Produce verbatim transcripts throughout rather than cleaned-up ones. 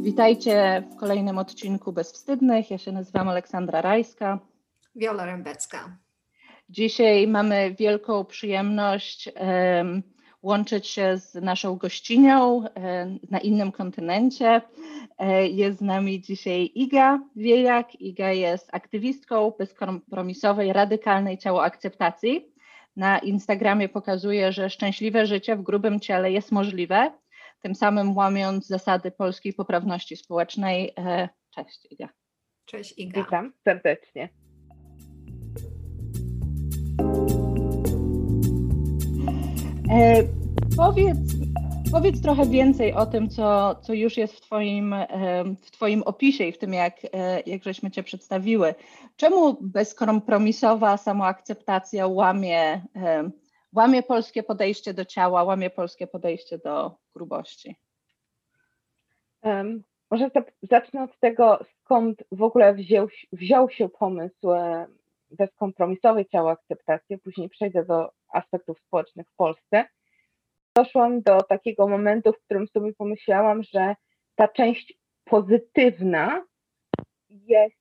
Witajcie w kolejnym odcinku Bezwstydnych. Ja się nazywam Aleksandra Rajska. Wiola Rębecka. Dzisiaj mamy wielką przyjemność um, łączyć się z naszą gościnią um, na innym kontynencie. Jest z nami dzisiaj Iga Wiejak. Iga jest aktywistką bezkompromisowej, radykalnej ciałoakceptacji. Na Instagramie pokazuje, że szczęśliwe życie w grubym ciele jest możliwe, tym samym łamiąc zasady polskiej poprawności społecznej. Cześć, Iga. Cześć, Iga. Witam serdecznie. E, powiedz, powiedz trochę więcej o tym, co, co już jest w twoim, w twoim opisie i w tym, jak, jak żeśmy cię przedstawiły. Czemu bezkompromisowa samoakceptacja łamie, łamie polskie podejście do ciała, łamie polskie podejście do grubości? Um, może zacznę od tego, skąd w ogóle wziął, wziął się pomysł bezkompromisowej ciałoakceptacji. Później przejdę do aspektów społecznych w Polsce. Doszłam do takiego momentu, w którym sobie pomyślałam, że ta część pozytywna jest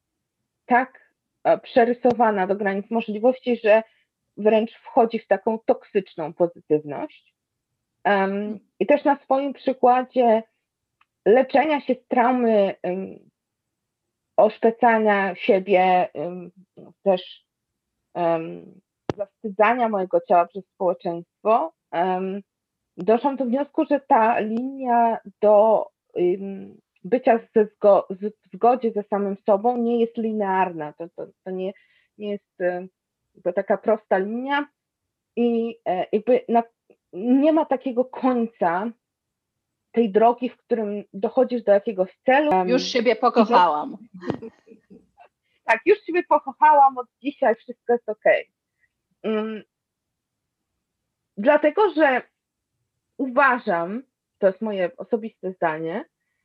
tak przerysowana do granic możliwości, że wręcz wchodzi w taką toksyczną pozytywność. Um, I też na swoim przykładzie leczenia się z traumy, um, oszpecania siebie, um, też um, zawstydzania mojego ciała przez społeczeństwo, um, doszłam do wniosku, że ta linia do um, bycia ze zgo, z, w zgodzie ze samym sobą nie jest linearna. To, to, to nie, nie jest um, to taka prosta linia i e, jakby na, nie ma takiego końca tej drogi, w którym dochodzisz do jakiegoś celu. Już siebie pokochałam. Tak, już siebie pokochałam, od dzisiaj wszystko jest okej. Um, dlatego, że uważam, to jest moje osobiste zdanie,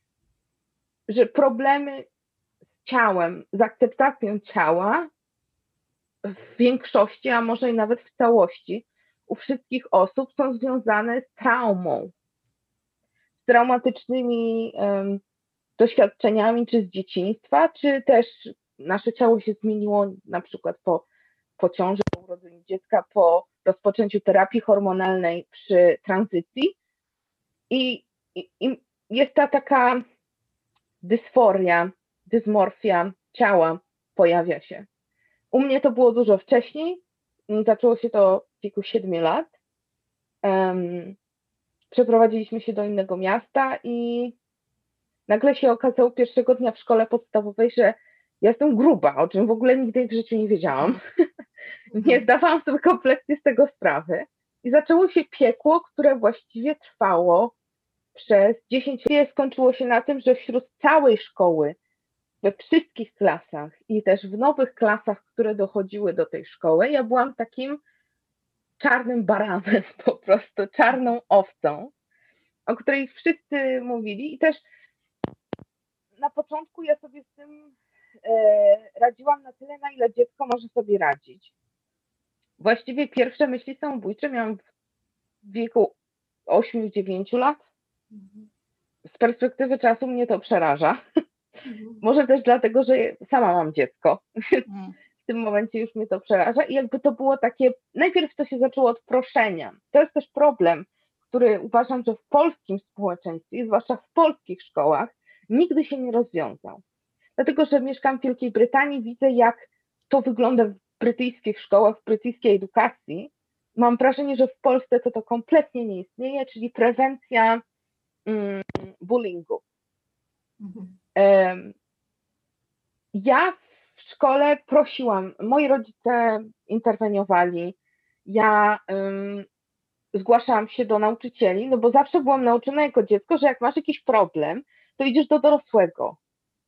że problemy z ciałem, z akceptacją ciała w większości, a może i nawet w całości, u wszystkich osób są związane z traumą. Z traumatycznymi um, doświadczeniami, czy z dzieciństwa, czy też nasze ciało się zmieniło na przykład po, po ciąży, po urodzeniu dziecka, po rozpoczęciu terapii hormonalnej przy tranzycji. I, i, i jest ta taka dysforia, dysmorfia ciała pojawia się. U mnie to było dużo wcześniej. Zaczęło się to w wieku siedmiu lat. Um, przeprowadziliśmy się do innego miasta i nagle się okazało pierwszego dnia w szkole podstawowej, że ja jestem gruba, o czym w ogóle nigdy w życiu nie wiedziałam. Nie zdawałam sobie kompletnie z tego sprawy. I zaczęło się piekło, które właściwie trwało przez dziesięć lat. Skończyło się na tym, że wśród całej szkoły, we wszystkich klasach i też w nowych klasach, które dochodziły do tej szkoły, ja byłam takim czarnym baranem, po prostu czarną owcą, o której wszyscy mówili. I też na początku ja sobie z tym e, radziłam na tyle, na ile dziecko może sobie radzić. Właściwie pierwsze myśli samobójcze miałam w wieku ośmiu dziewięciu lat. Z perspektywy czasu mnie to przeraża. Mhm. Może też dlatego, że sama mam dziecko. Mhm. W tym momencie już mnie to przeraża i jakby to było takie, najpierw to się zaczęło od proszenia. To jest też problem, który uważam, że w polskim społeczeństwie, zwłaszcza w polskich szkołach, nigdy się nie rozwiązał. Dlatego, że mieszkam w Wielkiej Brytanii, widzę, jak to wygląda w brytyjskich szkołach, w brytyjskiej edukacji. Mam wrażenie, że w Polsce to to kompletnie nie istnieje, czyli prewencja mm, bullyingu. Mhm. Um, ja w szkole prosiłam, moi rodzice interweniowali, ja um, zgłaszałam się do nauczycieli, no bo zawsze byłam nauczona jako dziecko, że jak masz jakiś problem, to idziesz do dorosłego.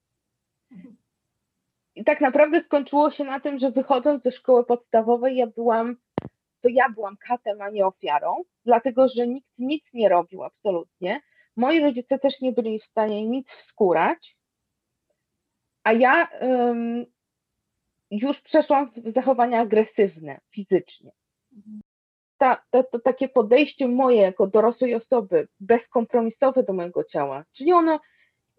I tak naprawdę skończyło się na tym, że wychodząc ze szkoły podstawowej, ja byłam, to ja byłam katem, a nie ofiarą, dlatego że nikt nic nie robił absolutnie. Moi rodzice też nie byli w stanie nic wskórać, a ja um, już przeszłam w zachowania agresywne, fizycznie. Ta, ta, to takie podejście moje jako dorosłej osoby, bezkompromisowe do mojego ciała, czyli ono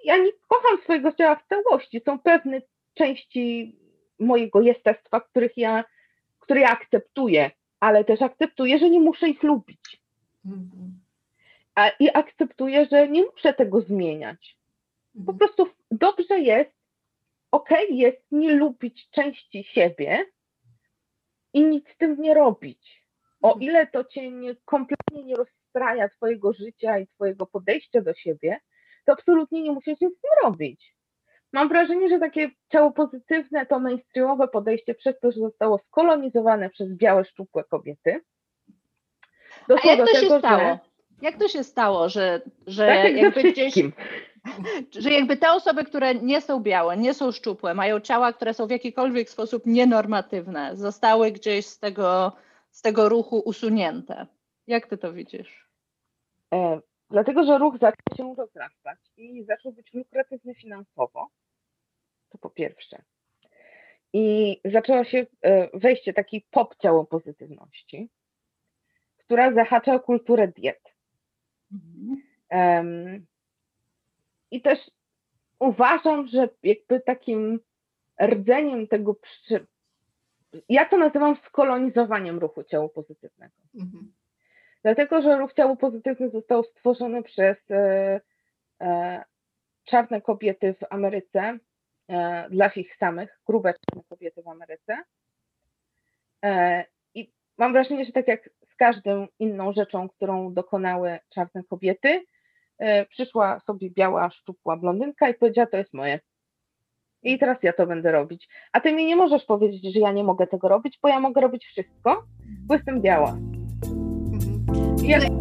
ja nie kocham swojego ciała w całości. Są pewne części mojego jestestwa, których ja, które ja akceptuję, ale też akceptuję, że nie muszę ich lubić. Mhm. A, I akceptuję, że nie muszę tego zmieniać. Po Mhm. prostu dobrze jest, okej jest nie lubić części siebie i nic z tym nie robić. O ile to cię nie, kompletnie nie rozstraja twojego życia i twojego podejścia do siebie, to absolutnie nie musisz nic z tym robić. Mam wrażenie, że takie ciało pozytywne to mainstreamowe podejście przez to, że zostało skolonizowane przez białe, szczupłe kobiety. A Doszło jak do to się tego, stało? że Jak to się stało, że, że tak jak ze jakby gdzieś, wszystkim. że jakby te osoby, które nie są białe, nie są szczupłe, mają ciała, które są w jakikolwiek sposób nienormatywne, zostały gdzieś z tego, z tego ruchu usunięte. Jak ty to widzisz? E, dlatego, że ruch zaczął się rozrastać i zaczął być lukratywny finansowo, to po pierwsze. I zaczęło się e, wejście takiej pop ciało pozytywności, która zahacza o kulturę diet. Mhm. Um, I też uważam, że jakby takim rdzeniem tego, przy... ja to nazywam skolonizowaniem ruchu ciała pozytywnego. Mhm. Dlatego, że ruch ciała pozytywny został stworzony przez e, e, czarne kobiety w Ameryce, e, dla ich samych, grube czarne kobiety w Ameryce. E, I mam wrażenie, że tak jak z każdą inną rzeczą, którą dokonały czarne kobiety, e, przyszła sobie biała, szczupła blondynka i powiedziała, to jest moje. I teraz ja to będę robić. A ty mi nie możesz powiedzieć, że ja nie mogę tego robić, bo ja mogę robić wszystko, bo jestem biała. Mhm. I jak...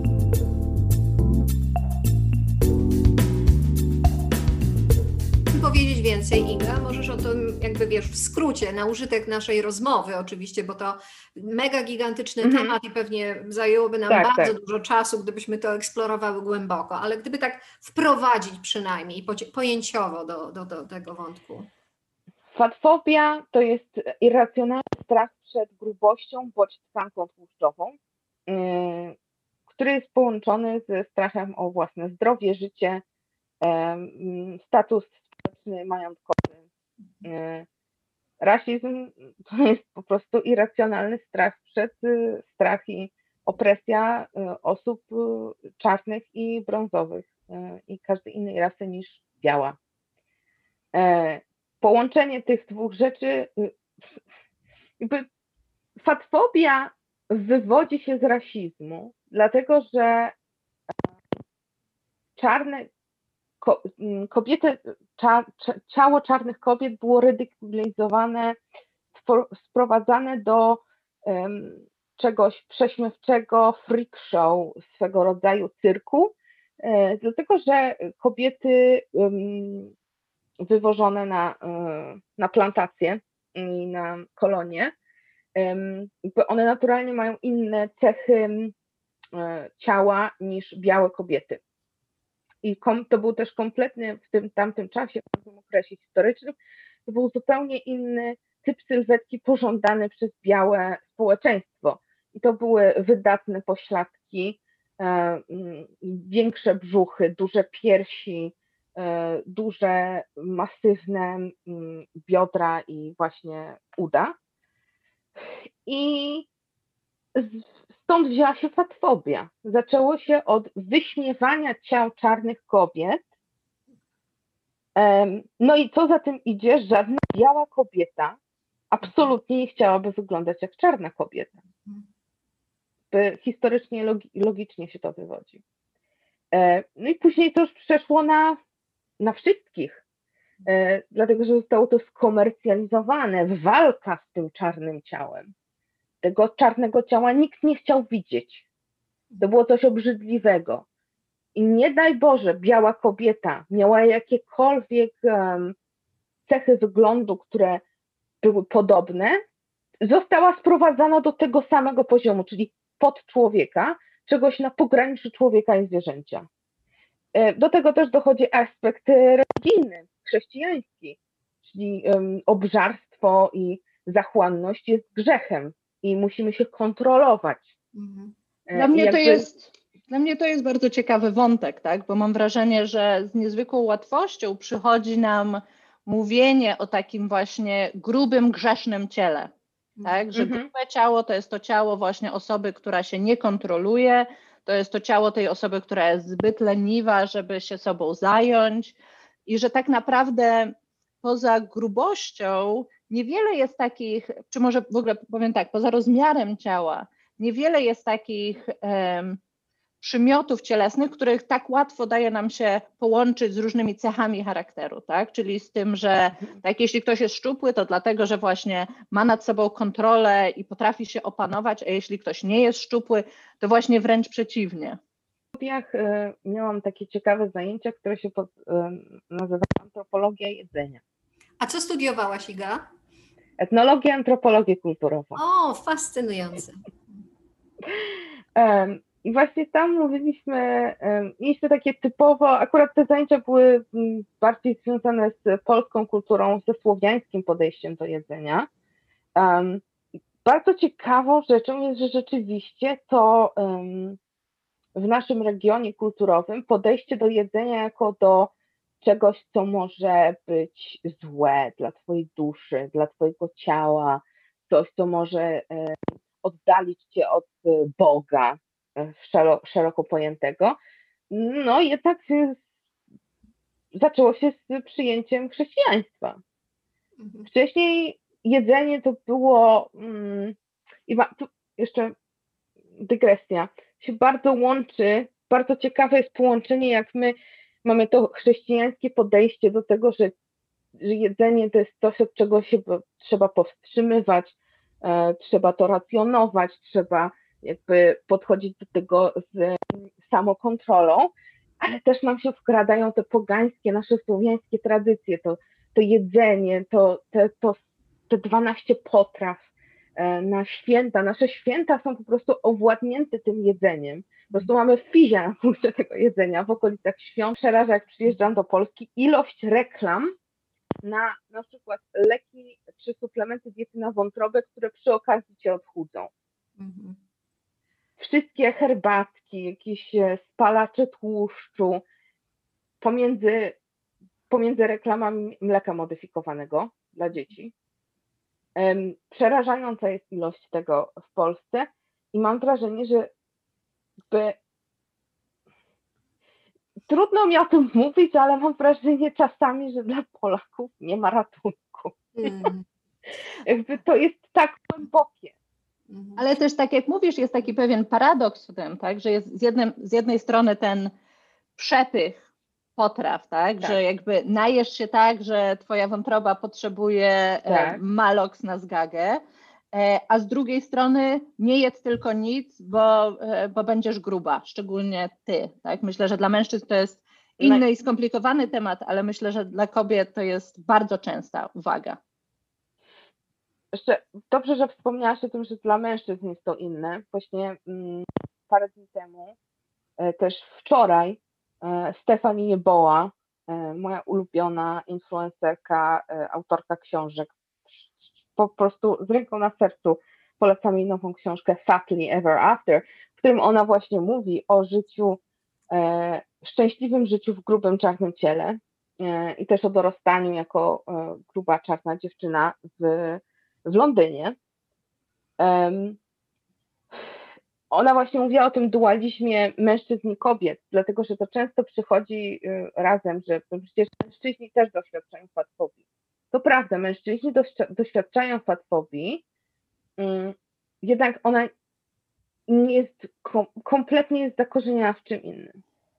Powiedzieć więcej, Iga? Możesz o tym, jakby wiesz, w skrócie, na użytek naszej rozmowy oczywiście, bo to mega gigantyczny Mhm. temat i pewnie zajęłoby nam Tak, bardzo tak. dużo czasu, gdybyśmy to eksplorowały głęboko, ale gdyby tak wprowadzić przynajmniej pocie- pojęciowo do, do, do tego wątku. Fatfobia to jest irracjonalny strach przed grubością bądź tkanką tłuszczową, yy, który jest połączony ze strachem o własne zdrowie, życie, yy, status społeczny, majątkowy. Yy, rasizm to jest po prostu irracjonalny strach przed yy, strach i opresja yy, osób yy, czarnych i brązowych yy, i każdej innej rasy niż biała. Yy, Połączenie tych dwóch rzeczy, jakby fatfobia wywodzi się z rasizmu, dlatego że czarne kobiety, cza, ciało czarnych kobiet było rydykulizowane, sprowadzane do um, czegoś prześmiewczego, freak show, swego rodzaju cyrku, e, dlatego że kobiety um, wywożone na, na plantacje i na kolonie, one naturalnie mają inne cechy ciała niż białe kobiety. I to był też kompletnie w tym tamtym czasie, w tamtym okresie historycznym, to był zupełnie inny typ sylwetki pożądany przez białe społeczeństwo. I to były wydatne pośladki, większe brzuchy, duże piersi, duże, masywne biodra i właśnie uda. I stąd wzięła się fatfobia. Zaczęło się od wyśmiewania ciał czarnych kobiet. No i co za tym idzie, żadna biała kobieta absolutnie nie chciałaby wyglądać jak czarna kobieta. Historycznie, logicznie się to wywodzi. No i później to już przeszło na, na wszystkich, dlatego że zostało to skomercjalizowane, walka z tym czarnym ciałem. Tego czarnego ciała nikt nie chciał widzieć. To było coś obrzydliwego. I nie daj Boże, biała kobieta miała jakiekolwiek um, cechy wyglądu, które były podobne, została sprowadzana do tego samego poziomu, czyli pod człowieka, czegoś na pograniczu człowieka i zwierzęcia. Do tego też dochodzi aspekt religijny, chrześcijański, czyli um, obżarstwo i zachłanność jest grzechem i musimy się kontrolować. Dla mnie, jakby... to jest, Dla mnie to jest bardzo ciekawy wątek, tak? Bo mam wrażenie, że z niezwykłą łatwością przychodzi nam mówienie o takim właśnie grubym, grzesznym ciele. Tak? Że Mhm. grube ciało to jest to ciało właśnie osoby, która się nie kontroluje, to jest to ciało tej osoby, która jest zbyt leniwa, żeby się sobą zająć i że tak naprawdę poza grubością niewiele jest takich, czy może w ogóle powiem tak, poza rozmiarem ciała, niewiele jest takich um, przymiotów cielesnych, których tak łatwo daje nam się połączyć z różnymi cechami charakteru, tak? Czyli z tym, że tak, jeśli ktoś jest szczupły, to dlatego, że właśnie ma nad sobą kontrolę i potrafi się opanować, a jeśli ktoś nie jest szczupły, to właśnie wręcz przeciwnie. W studiach y, miałam takie ciekawe zajęcia, które się pod, y, nazywa antropologia jedzenia. A co studiowałaś, Iga? Etnologię, antropologię kulturową. O, fascynujące. Um, I właśnie tam mówiliśmy, um, mieliśmy takie typowo, akurat te zajęcia były um, bardziej związane z polską kulturą, ze słowiańskim podejściem do jedzenia. Um, bardzo ciekawą rzeczą jest, że rzeczywiście to um, w naszym regionie kulturowym podejście do jedzenia jako do czegoś, co może być złe dla twojej duszy, dla twojego ciała, coś, co może um, oddalić cię od Boga szeroko pojętego, no jednak zaczęło się z przyjęciem chrześcijaństwa. Mhm. Wcześniej jedzenie to było, i tu jeszcze dygresja, się bardzo łączy, bardzo ciekawe jest połączenie, jak my mamy to chrześcijańskie podejście do tego, że, że jedzenie to jest coś, od czego się trzeba powstrzymywać, trzeba to racjonować, trzeba jakby podchodzić do tego z samokontrolą, ale też nam się wkradają te pogańskie, nasze słowiańskie tradycje, to, to jedzenie, to, te, to, te dwanaście potraw na święta. Nasze święta są po prostu owładnięte tym jedzeniem. Po prostu mamy fizję na punkcie tego jedzenia w okolicach świąt. Przeraża, jak przyjeżdżam do Polski, ilość reklam na na przykład leki czy suplementy diety na wątrobę, które przy okazji cię odchudzą. Mhm. Wszystkie herbatki, jakieś spalacze tłuszczu, pomiędzy, pomiędzy reklamami mleka modyfikowanego dla dzieci. Um, przerażająca jest ilość tego w Polsce i mam wrażenie, że by... trudno mi o tym mówić, ale mam wrażenie czasami, że dla Polaków nie ma ratunku. Mm. Jakby to jest tak głębokie. Mhm. Ale też tak jak mówisz, jest taki pewien paradoks w tym, tak, że jest z, jednym, z jednej strony ten przepych potraw, tak, Tak. że jakby najesz się tak, że twoja wątroba potrzebuje Tak. e, malox na zgagę, e, a z drugiej strony nie jedz tylko nic, bo, e, bo będziesz gruba, szczególnie ty, tak. Myślę, że dla mężczyzn to jest inny i skomplikowany temat, ale myślę, że dla kobiet to jest bardzo częsta uwaga. Jeszcze dobrze, że wspomniałaś o tym, że dla mężczyzn jest to inne. Właśnie mm, parę dni temu, e, też wczoraj, e, Stefani Jeboa, e, moja ulubiona influencerka, e, autorka książek, po prostu z ręką na sercu polecam jej nową książkę Fatly Ever After, w którym ona właśnie mówi o życiu, e, szczęśliwym życiu w grubym, czarnym ciele e, i też o dorastaniu jako e, gruba, czarna dziewczyna w w Londynie. Um, ona właśnie mówiła o tym dualizmie mężczyzn i kobiet, dlatego że to często przychodzi y, razem, że przecież mężczyźni też doświadczają fatfobii. To prawda, mężczyźni doświadczają fatfobii, um, jednak ona nie jest, kom, kompletnie jest zakorzeniona w czym innym.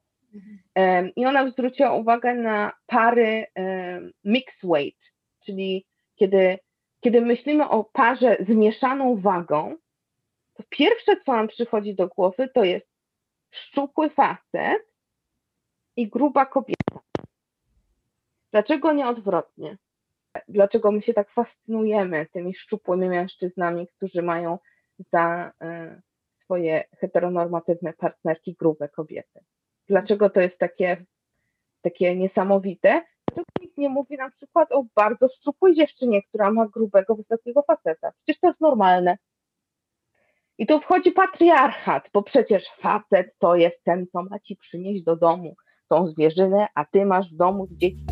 Um, I ona zwróciła uwagę na pary um, mixed weight, czyli kiedy Kiedy myślimy o parze z mieszaną wagą, to pierwsze, co nam przychodzi do głowy, to jest szczupły facet i gruba kobieta. Dlaczego nie odwrotnie? Dlaczego my się tak fascynujemy tymi szczupłymi mężczyznami, którzy mają za y, swoje heteronormatywne partnerki grube kobiety? Dlaczego to jest takie, takie niesamowite? Dlaczego nikt nie mówi na przykład o bardzo szczupłej dziewczynie, która ma grubego, wysokiego faceta? Przecież to jest normalne. I tu wchodzi patriarchat, bo przecież facet to jest ten, co ma ci przynieść do domu tą zwierzynę, a ty masz w domu z dzieci.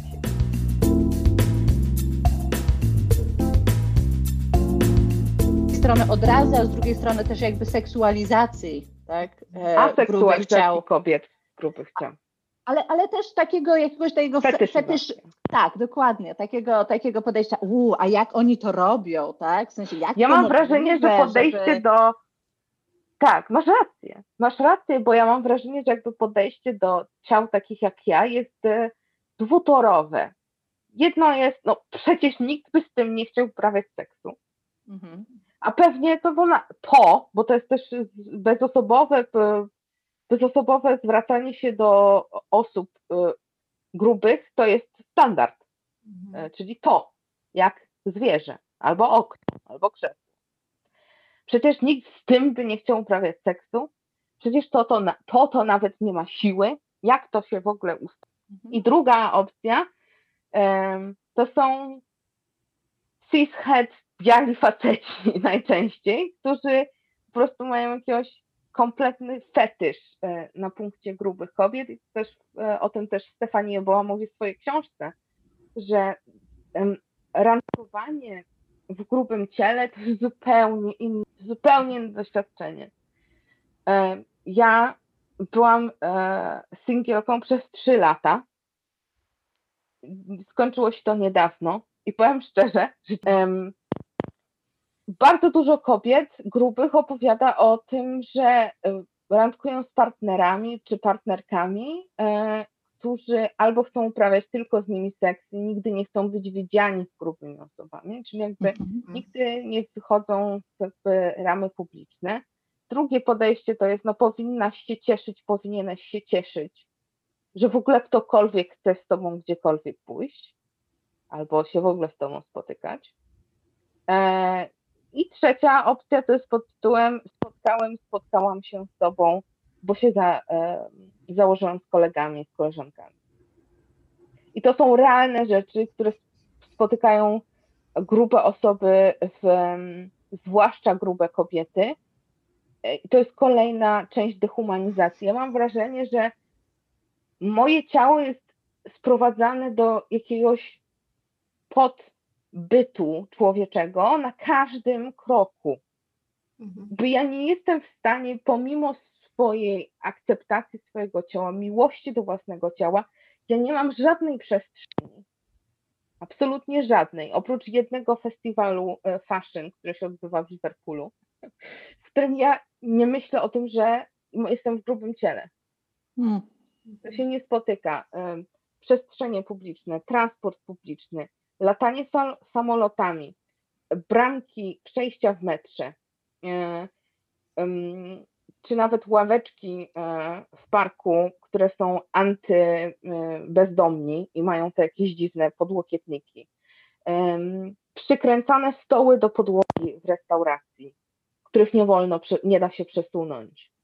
Z strony odrazy, a z drugiej strony też jakby seksualizacji, tak? E, grubych ciał. Kobiet grubych ciał. Ale, ale też takiego jakiegoś takiego fetysz, tak, dokładnie, takiego, takiego podejścia, u, a jak oni to robią, tak? W sensie, jak ja to mam możliwe, wrażenie, że podejście żeby... do... Tak, masz rację, masz rację, bo ja mam wrażenie, że jakby podejście do ciał takich jak ja jest e, dwutorowe. Jedno jest, no przecież nikt by z tym nie chciał uprawiać seksu. Mhm. A pewnie to, to, to, bo to jest też bezosobowe, bezosobowe zwracanie się do osób grubych, to jest standard, mhm. czyli to, jak zwierzę, albo okno, albo krzesło. Przecież nikt z tym by nie chciał uprawiać seksu, przecież to to, to, to nawet nie ma siły, jak to się w ogóle ustawi. Mhm. I druga opcja um, to są cishet biali faceci najczęściej, którzy po prostu mają jakiegoś kompletny fetysz na punkcie grubych kobiet i też o tym też Stefani Yeboah mówi w swojej książce, że randkowanie w grubym ciele to jest zupełnie inne, zupełnie inne doświadczenie. Ja byłam singielką przez trzy lata. Skończyło się to niedawno i powiem szczerze, że um, bardzo dużo kobiet grubych opowiada o tym, że randkują z partnerami czy partnerkami, e, którzy albo chcą uprawiać tylko z nimi seks i nigdy nie chcą być widziani z grubymi osobami, czyli jakby mm-hmm. nigdy nie wychodzą w ramy publiczne. Drugie podejście to jest, no powinnaś się cieszyć, powinieneś się cieszyć, że w ogóle ktokolwiek chce z tobą gdziekolwiek pójść, albo się w ogóle z tobą spotykać. E, I trzecia opcja to jest pod tytułem spotkałem, spotkałam się z tobą, bo się za, e, założyłam z kolegami, z koleżankami. I to są realne rzeczy, które spotykają grube osoby, w, zwłaszcza grube kobiety. I to jest kolejna część dehumanizacji. Ja mam wrażenie, że moje ciało jest sprowadzane do jakiegoś podbytu człowieczego na każdym kroku. Mhm. Bo ja nie jestem w stanie, pomimo swojej akceptacji swojego ciała, miłości do własnego ciała, ja nie mam żadnej przestrzeni. Absolutnie żadnej. Oprócz jednego festiwalu fashion, który się odbywa w Liverpoolu, w którym ja nie myślę o tym, że jestem w grubym ciele. Hmm. To się nie spotyka. Przestrzenie publiczne, transport publiczny, latanie sam, samolotami, bramki, przejścia w metrze, czy nawet ławeczki w parku, które są antybezdomni i mają te jakieś dziwne podłokietniki. Przykręcane stoły do podłogi w restauracji, których nie wolno, nie da się przesunąć.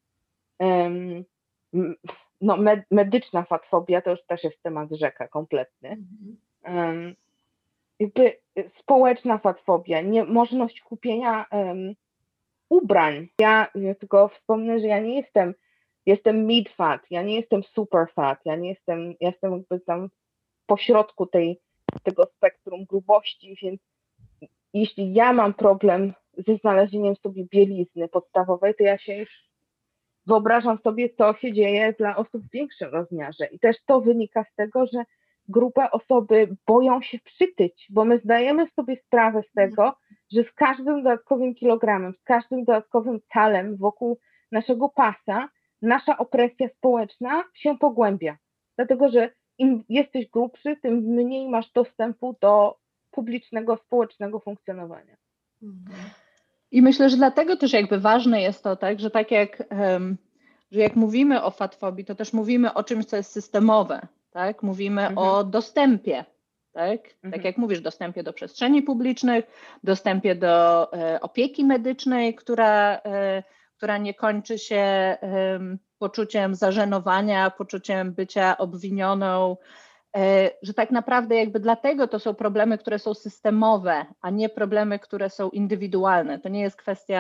No, med, medyczna fatfobia to już też jest temat rzeka kompletny. Um, jakby społeczna fatfobia, niemożność kupienia um, ubrań. Ja, ja tylko wspomnę, że ja nie jestem, jestem mid fat, ja nie jestem super fat, ja nie jestem, ja jestem jakby tam pośrodku tej, tego spektrum grubości, więc jeśli ja mam problem ze znalezieniem sobie bielizny podstawowej, to ja się już wyobrażam sobie, co się dzieje dla osób w większym rozmiarze. I też to wynika z tego, że grube osoby boją się przytyć, bo my zdajemy sobie sprawę z tego, że z każdym dodatkowym kilogramem, z każdym dodatkowym calem wokół naszego pasa, nasza opresja społeczna się pogłębia. Dlatego, że im jesteś grubszy, tym mniej masz dostępu do publicznego, społecznego funkcjonowania. I myślę, że dlatego też jakby ważne jest to, tak, że tak jak, um, że jak mówimy o fatfobii, to też mówimy o czymś, co jest systemowe, tak? Mówimy mhm. o dostępie, tak? Mhm. Tak jak mówisz, dostępie do przestrzeni publicznych, dostępie do e, opieki medycznej, która, e, która nie kończy się e, poczuciem zażenowania, poczuciem bycia obwinioną, że tak naprawdę jakby dlatego to są problemy, które są systemowe, a nie problemy, które są indywidualne. To nie jest kwestia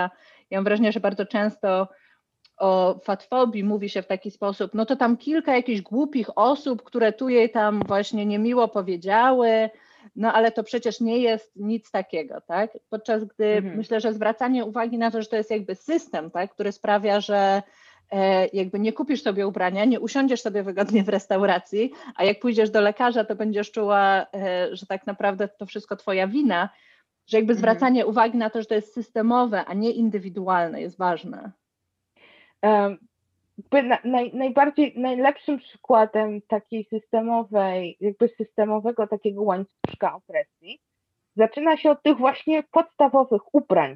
ja mam wrażenie, że bardzo często o fatfobii mówi się w taki sposób, no to tam kilka jakichś głupich osób, które tu jej tam właśnie niemiło powiedziały, no ale to przecież nie jest nic takiego, tak? Podczas gdy Mhm. myślę, że zwracanie uwagi na to, że to jest jakby system, tak, który sprawia, że e, jakby nie kupisz sobie ubrania, nie usiądziesz sobie wygodnie w restauracji, a jak pójdziesz do lekarza, to będziesz czuła, e, że tak naprawdę to wszystko twoja wina, że jakby Mhm. zwracanie uwagi na to, że to jest systemowe, a nie indywidualne, jest ważne. Em, jakby na, naj, najbardziej, najlepszym przykładem takiej systemowej, jakby systemowego takiego łańcuszka opresji zaczyna się od tych właśnie podstawowych ubrań.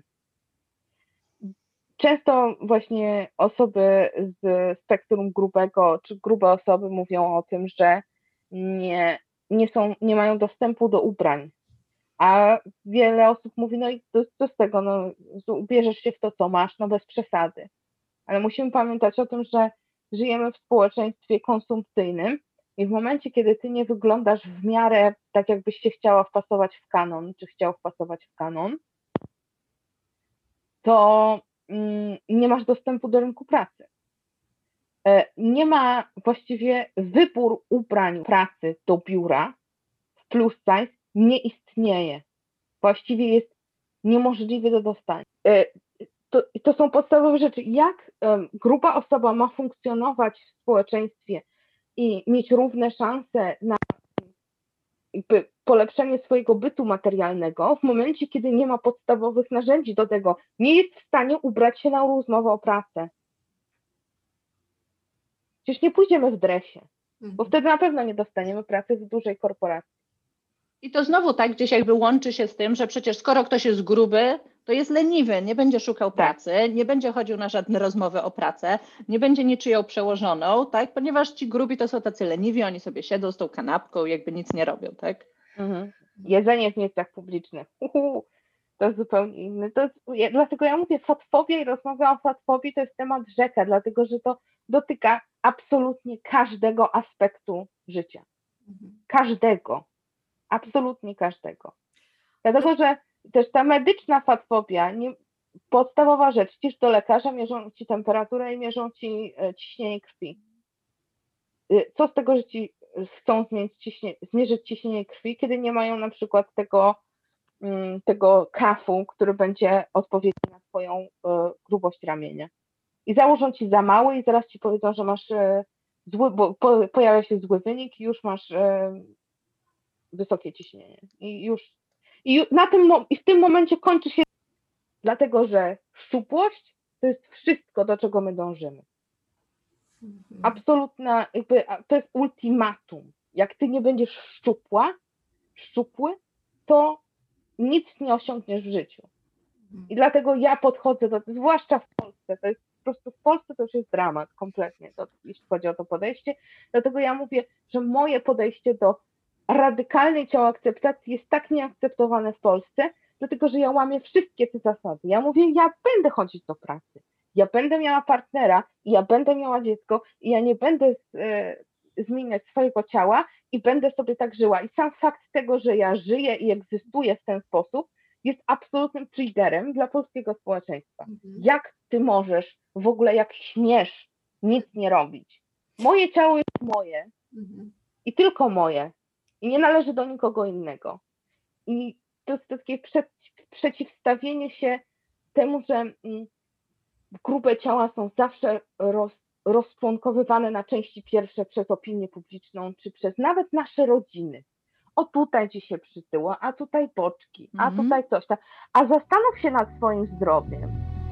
Często właśnie osoby z spektrum grubego, czy grube osoby mówią o tym, że nie, nie, są, nie mają dostępu do ubrań. A wiele osób mówi, no i co, co z tego, no ubierzesz się w to, co masz, no bez przesady. Ale musimy pamiętać o tym, że żyjemy w społeczeństwie konsumpcyjnym i w momencie, kiedy ty nie wyglądasz w miarę tak, jakbyś się chciała wpasować w kanon, czy chciał wpasować w kanon, to mm, nie masz dostępu do rynku pracy. E, nie ma właściwie wybór ubrań pracy do biura w plus size nie istnieje. Właściwie jest niemożliwy do dostania. E, To, to są podstawowe rzeczy. Jak um, gruba osoba ma funkcjonować w społeczeństwie i mieć równe szanse na jakby polepszenie swojego bytu materialnego w momencie, kiedy nie ma podstawowych narzędzi do tego, nie jest w stanie ubrać się na rozmowę o pracę. Przecież nie pójdziemy w dresie, bo wtedy na pewno nie dostaniemy pracy w dużej korporacji. I to znowu tak gdzieś jakby łączy się z tym, że przecież skoro ktoś jest gruby, to jest leniwy, nie będzie szukał Tak. pracy, nie będzie chodził na żadne rozmowy o pracę, nie będzie niczyją przełożoną, tak? Ponieważ ci grubi to są tacy leniwi, oni sobie siedzą z tą kanapką i jakby nic nie robią, tak? Mhm. Jedzenie w miejscach publicznych. Uhu, to jest zupełnie inny. To jest, ja, dlatego ja mówię fatfobia i rozmowa o fatfobii to jest temat rzeka, dlatego że to dotyka absolutnie każdego aspektu życia. Każdego. Absolutnie każdego. Dlatego, że też ta medyczna fatfobia, nie, podstawowa rzecz, idziesz do lekarza, mierzą ci temperaturę i mierzą ci e, ciśnienie krwi. Y, Co z tego, że ci chcą zmierzyć ciśnienie, zmierzyć ciśnienie krwi, kiedy nie mają na przykład tego, mm, tego kafu, który będzie odpowiedni na twoją e, grubość ramienia. I założą ci za mały i zaraz ci powiedzą, że masz e, zły, bo po, pojawia się zły wynik i już masz e, wysokie ciśnienie. I już i ju- na tym, mo- i w tym momencie kończy się, dlatego że szczupłość to jest wszystko, do czego my dążymy. Absolutna, jakby, a, to jest ultimatum. Jak ty nie będziesz szczupła, szczupły, to nic nie osiągniesz w życiu. I dlatego ja podchodzę do, zwłaszcza w Polsce, to jest po prostu w Polsce to już jest dramat kompletnie, to, jeśli chodzi o to podejście. Dlatego ja mówię, że moje podejście do radykalnej ciałoakceptacji jest tak nieakceptowane w Polsce, dlatego że ja łamię wszystkie te zasady. Ja mówię, ja będę chodzić do pracy, ja będę miała partnera i ja będę miała dziecko i ja nie będę z, e, zmieniać swojego ciała i będę sobie tak żyła. I sam fakt tego, że ja żyję i egzystuję w ten sposób, jest absolutnym triggerem dla polskiego społeczeństwa. Jak ty możesz w ogóle, jak śmiesz, nic nie robić? Moje ciało jest moje i tylko moje i nie należy do nikogo innego. I to jest takie przed, przeciwstawienie się temu, że mm, grube ciała są zawsze roz, rozczłonkowywane na części pierwsze przez opinię publiczną, czy przez nawet nasze rodziny. O tutaj ci się przytyło, a tutaj boczki, a Mhm. tutaj coś tam. A zastanów się nad swoim zdrowiem.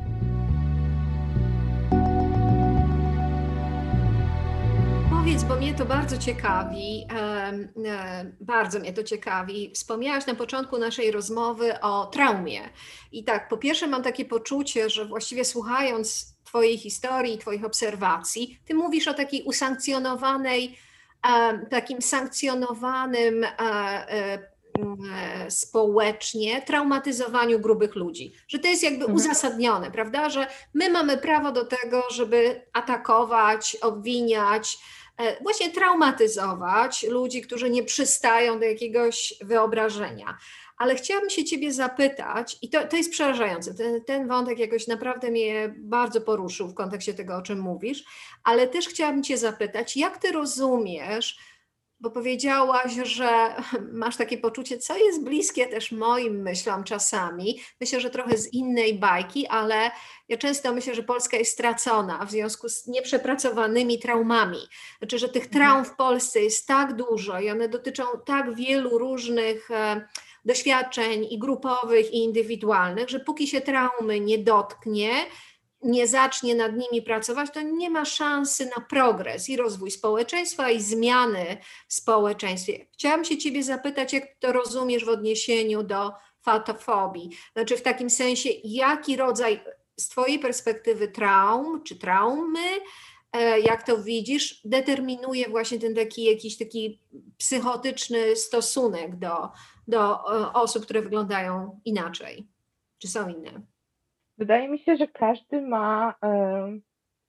Powiedz, bo mnie to bardzo ciekawi, em, e, bardzo mnie to ciekawi. Wspomniałaś na początku naszej rozmowy o traumie. I tak, po pierwsze mam takie poczucie, że właściwie słuchając Twojej historii, Twoich obserwacji, Ty mówisz o takiej usankcjonowanej, em, takim sankcjonowanym e, e, e, społecznie traumatyzowaniu grubych ludzi. Że to jest jakby Mhm. uzasadnione, prawda? Że my mamy prawo do tego, żeby atakować, obwiniać, e, właśnie traumatyzować ludzi, którzy nie przystają do jakiegoś wyobrażenia. Ale chciałabym się Ciebie zapytać, i to, to jest przerażające, ten, ten wątek jakoś naprawdę mnie bardzo poruszył w kontekście tego, o czym mówisz, ale też chciałabym Cię zapytać, jak Ty rozumiesz, bo powiedziałaś, że masz takie poczucie, co jest bliskie też moim myślom czasami. Myślę, że trochę z innej bajki, ale ja często myślę, że Polska jest stracona w związku z nieprzepracowanymi traumami. Znaczy, że tych traum w Polsce jest tak dużo i one dotyczą tak wielu różnych e, doświadczeń i grupowych, i indywidualnych, że póki się traumy nie dotknie, nie zacznie nad nimi pracować, to nie ma szansy na progres i rozwój społeczeństwa i zmiany w społeczeństwie. Chciałam się Ciebie zapytać, jak to rozumiesz w odniesieniu do fatofobii? Znaczy w takim sensie, jaki rodzaj z Twojej perspektywy traum czy traumy, jak to widzisz, determinuje właśnie ten taki jakiś taki psychotyczny stosunek do, do osób, które wyglądają inaczej, czy są inne? Wydaje mi się, że każdy ma. Um,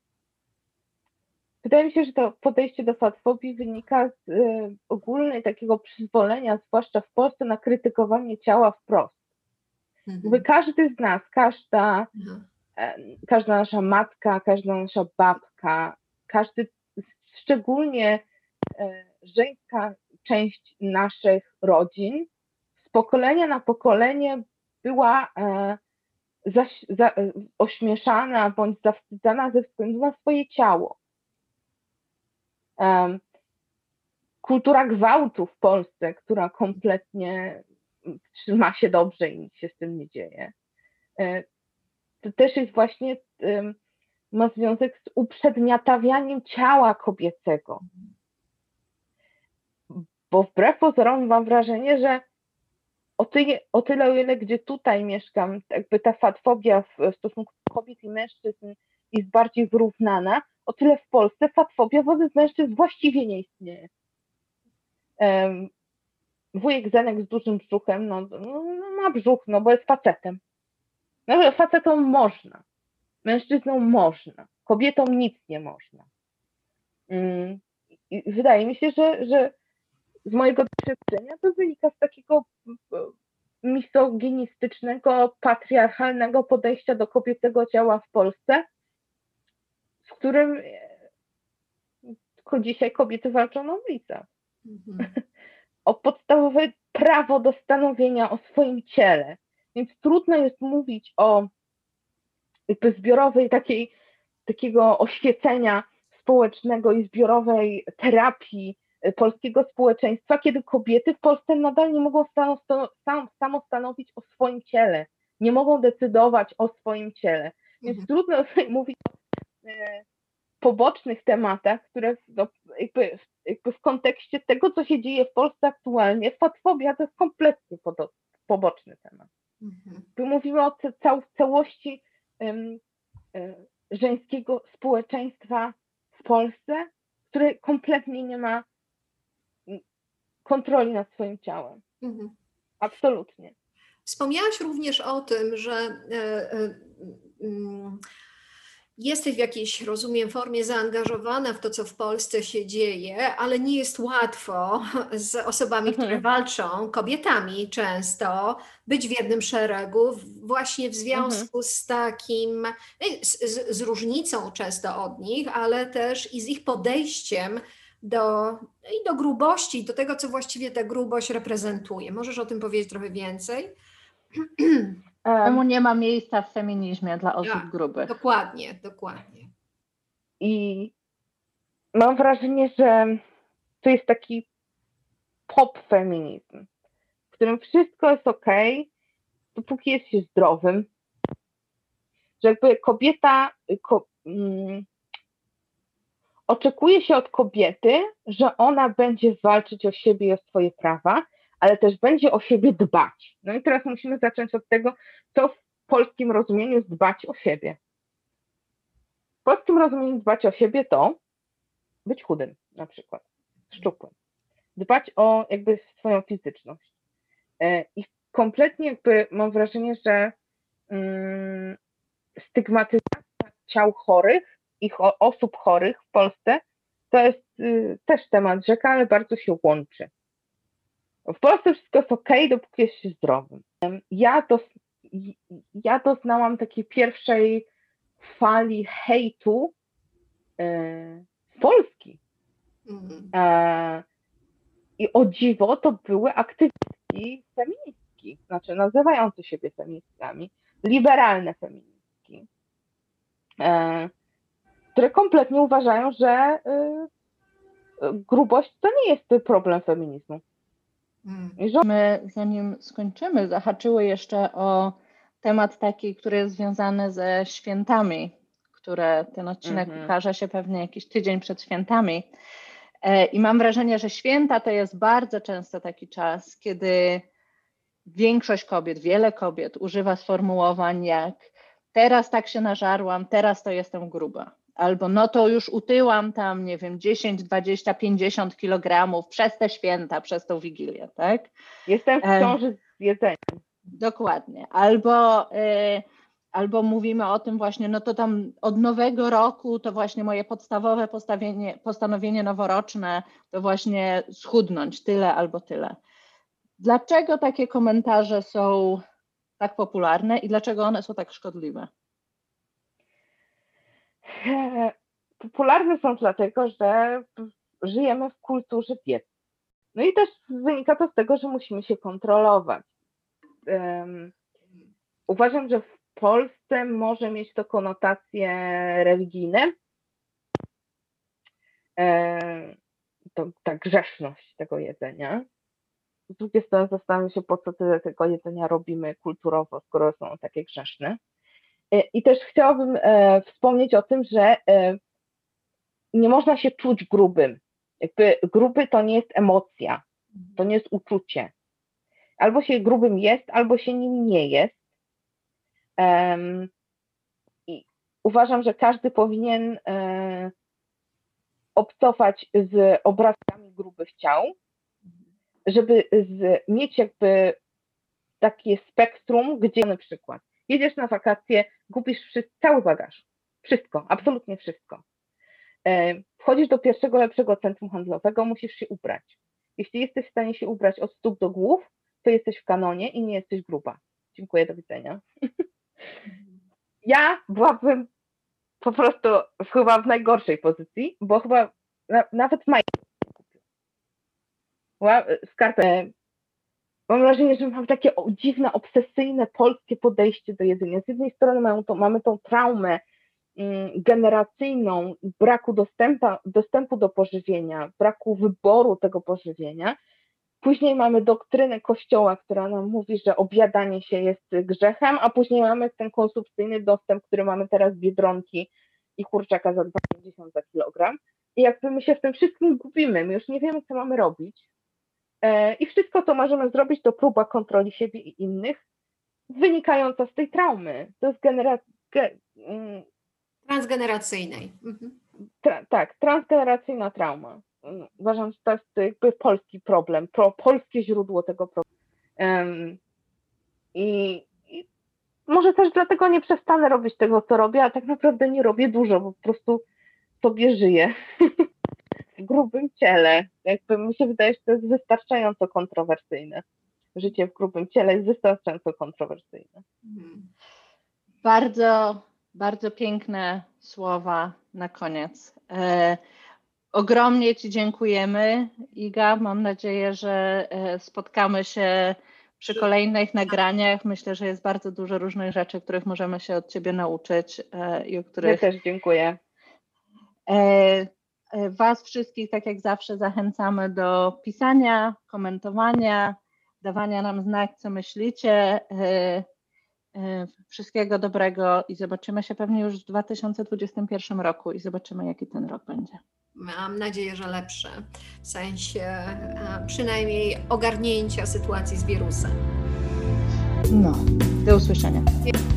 wydaje mi się, że to podejście do fatfobii wynika z um, ogólnej takiego przyzwolenia, zwłaszcza w Polsce, na krytykowanie ciała wprost. Mhm. Każdy z nas, każda, mhm. e, każda nasza matka, każda nasza babka, każdy, szczególnie e, żeńska część naszych rodzin, z pokolenia na pokolenie była e, Za, za, ośmieszana bądź zawstydzana ze względu na swoje ciało. Um, kultura gwałtu w Polsce, która kompletnie trzyma się dobrze i nic się z tym nie dzieje, to też jest właśnie, um, ma związek z uprzedmiotawianiem ciała kobiecego. Bo wbrew pozorom mam wrażenie, że O tyle, o tyle, o ile gdzie tutaj mieszkam, jakby ta fatfobia w stosunku kobiet i mężczyzn jest bardziej wyrównana, o tyle w Polsce fatfobia wobec mężczyzn właściwie nie istnieje. Um, wujek Zenek z dużym brzuchem, no, no ma brzuch, no bo jest facetem. No facetom można, mężczyznom można, kobietom nic nie można. Um, i wydaje mi się, że, że z mojego doświadczenia to wynika z takiego misoginistycznego, patriarchalnego podejścia do kobiecego ciała w Polsce, z którym tylko dzisiaj kobiety walczą na ulicach. Mhm. O podstawowe prawo do stanowienia o swoim ciele. Więc trudno jest mówić o jakby zbiorowej takiej, takiego oświecenia społecznego i zbiorowej terapii polskiego społeczeństwa, kiedy kobiety w Polsce nadal nie mogą samostanowić o swoim ciele, nie mogą decydować o swoim ciele. Więc mhm. trudno tutaj mówić o e, pobocznych tematach, które no, jakby, jakby w kontekście tego, co się dzieje w Polsce aktualnie, fatfobia to jest kompletnie pod, poboczny temat. Mhm. Tu mówimy o cał, całości um, e, żeńskiego społeczeństwa w Polsce, które kompletnie nie ma kontroli nad swoim ciałem. Mhm. Absolutnie. Wspomniałaś również o tym, że e, e, e, jesteś w jakiejś, rozumiem, formie zaangażowana w to, co w Polsce się dzieje, ale nie jest łatwo z osobami, mhm. które walczą, kobietami często, być w jednym szeregu, właśnie w związku mhm. z takim, z, z, z różnicą często od nich, ale też i z ich podejściem do, i do grubości, do tego, co właściwie ta grubość reprezentuje. Możesz o tym powiedzieć trochę więcej? Temu nie ma miejsca w feminizmie dla osób ja, grubych. Dokładnie, dokładnie. I mam wrażenie, że to jest taki pop feminizm, w którym wszystko jest okej, dopóki jest się zdrowym. Że jakby kobieta, ko, mm, oczekuje się od kobiety, że ona będzie walczyć o siebie i o swoje prawa, ale też będzie o siebie dbać. No i teraz musimy zacząć od tego, co w polskim rozumieniu jest dbać o siebie. W polskim rozumieniu dbać o siebie to być chudym na przykład, szczupłym. Dbać o jakby swoją fizyczność. I kompletnie jakby mam wrażenie, że um, stygmatyzacja ciał chorych i osób chorych w Polsce to jest y, też temat rzeka, ale bardzo się łączy. W Polsce wszystko jest okej, dopóki jest się zdrowym. Ja, dos, ja doznałam takiej pierwszej fali hejtu e, z Polski. Mhm. E, I o dziwo to były aktywistki feministki, znaczy nazywające siebie feministkami, liberalne feministki, e, które kompletnie uważają, że e, grubość to nie jest problem feminizmu. Hmm. My, zanim skończymy, zahaczyły jeszcze o temat taki, który jest związany ze świętami, które ten odcinek mm-hmm. ukaże się pewnie jakiś tydzień przed świętami. I mam wrażenie, że święta to jest bardzo często taki czas, kiedy większość kobiet, wiele kobiet używa sformułowań jak teraz tak się nażarłam, teraz to jestem gruba. Albo no to już utyłam tam, nie wiem, dziesięć, dwadzieścia, pięćdziesiąt kilogramów przez te święta, przez tą Wigilię, tak? Jestem w ciąży z jedzeniem. Dokładnie. Albo, y, albo mówimy o tym właśnie, no to tam od nowego roku to właśnie moje podstawowe postawienie, postanowienie noworoczne to właśnie schudnąć tyle albo tyle. Dlaczego takie komentarze są tak popularne i dlaczego one są tak szkodliwe? Popularne są dlatego, że żyjemy w kulturze diety. No i też wynika to z tego, że musimy się kontrolować. Um, uważam, że w Polsce może mieć to konotacje religijne. Um, to ta grzeszność tego jedzenia. Z drugiej strony zastanawiam się, po co tyle tego jedzenia robimy kulturowo, skoro są takie grzeszne. I też chciałabym e, wspomnieć o tym, że e, nie można się czuć grubym. Jakby gruby to nie jest emocja, to nie jest uczucie. Albo się grubym jest, albo się nim nie jest. Um, I uważam, że każdy powinien e, obcować z obrazkami grubych ciał, żeby z, mieć jakby takie spektrum, gdzie na przykład jedziesz na wakacje, gubisz wszystko, cały bagaż. Wszystko, absolutnie wszystko. E, wchodzisz do pierwszego lepszego centrum handlowego, musisz się ubrać. Jeśli jesteś w stanie się ubrać od stóp do głów, to jesteś w kanonie i nie jesteś gruba. Dziękuję, do widzenia. Ja byłabym po prostu chyba w najgorszej pozycji, bo chyba na, nawet majtki skarpę. Mam wrażenie, że mam takie dziwne, obsesyjne polskie podejście do jedzenia. Z jednej strony mamy, to, mamy tą traumę mm, generacyjną braku dostępu, dostępu do pożywienia, braku wyboru tego pożywienia. Później mamy doktrynę Kościoła, która nam mówi, że objadanie się jest grzechem, a później mamy ten konsumpcyjny dostęp, który mamy teraz Biedronki i kurczaka za dwa pięćdziesiąt za kilogram. I jakby my się w tym wszystkim gubimy, my już nie wiemy, co mamy robić. I wszystko, co możemy zrobić, to próba kontroli siebie i innych, wynikająca z tej traumy. To jest generacja... Ge, transgeneracyjnej. Mhm. Tra, tak, transgeneracyjna trauma. Uważam, że to jest jakby polski problem, pro, polskie źródło tego problemu. Um, i, I może też dlatego nie przestanę robić tego, co robię, a tak naprawdę nie robię dużo, bo po prostu sobie żyję. W grubym ciele. Jakby mi się wydaje, że to jest wystarczająco kontrowersyjne. Życie w grubym ciele jest wystarczająco kontrowersyjne. Bardzo, bardzo piękne słowa na koniec. E, ogromnie Ci dziękujemy, Iga. Mam nadzieję, że spotkamy się przy kolejnych nagraniach. Myślę, że jest bardzo dużo różnych rzeczy, których możemy się od Ciebie nauczyć e, i o których... Ja też dziękuję. E, Was wszystkich, tak jak zawsze, zachęcamy do pisania, komentowania, dawania nam znak, co myślicie. Wszystkiego dobrego i zobaczymy się pewnie już w dwa tysiące dwudziestym pierwszym roku i zobaczymy, jaki ten rok będzie. Mam nadzieję, że lepsze, w sensie przynajmniej ogarnięcia sytuacji z wirusem. No, do usłyszenia.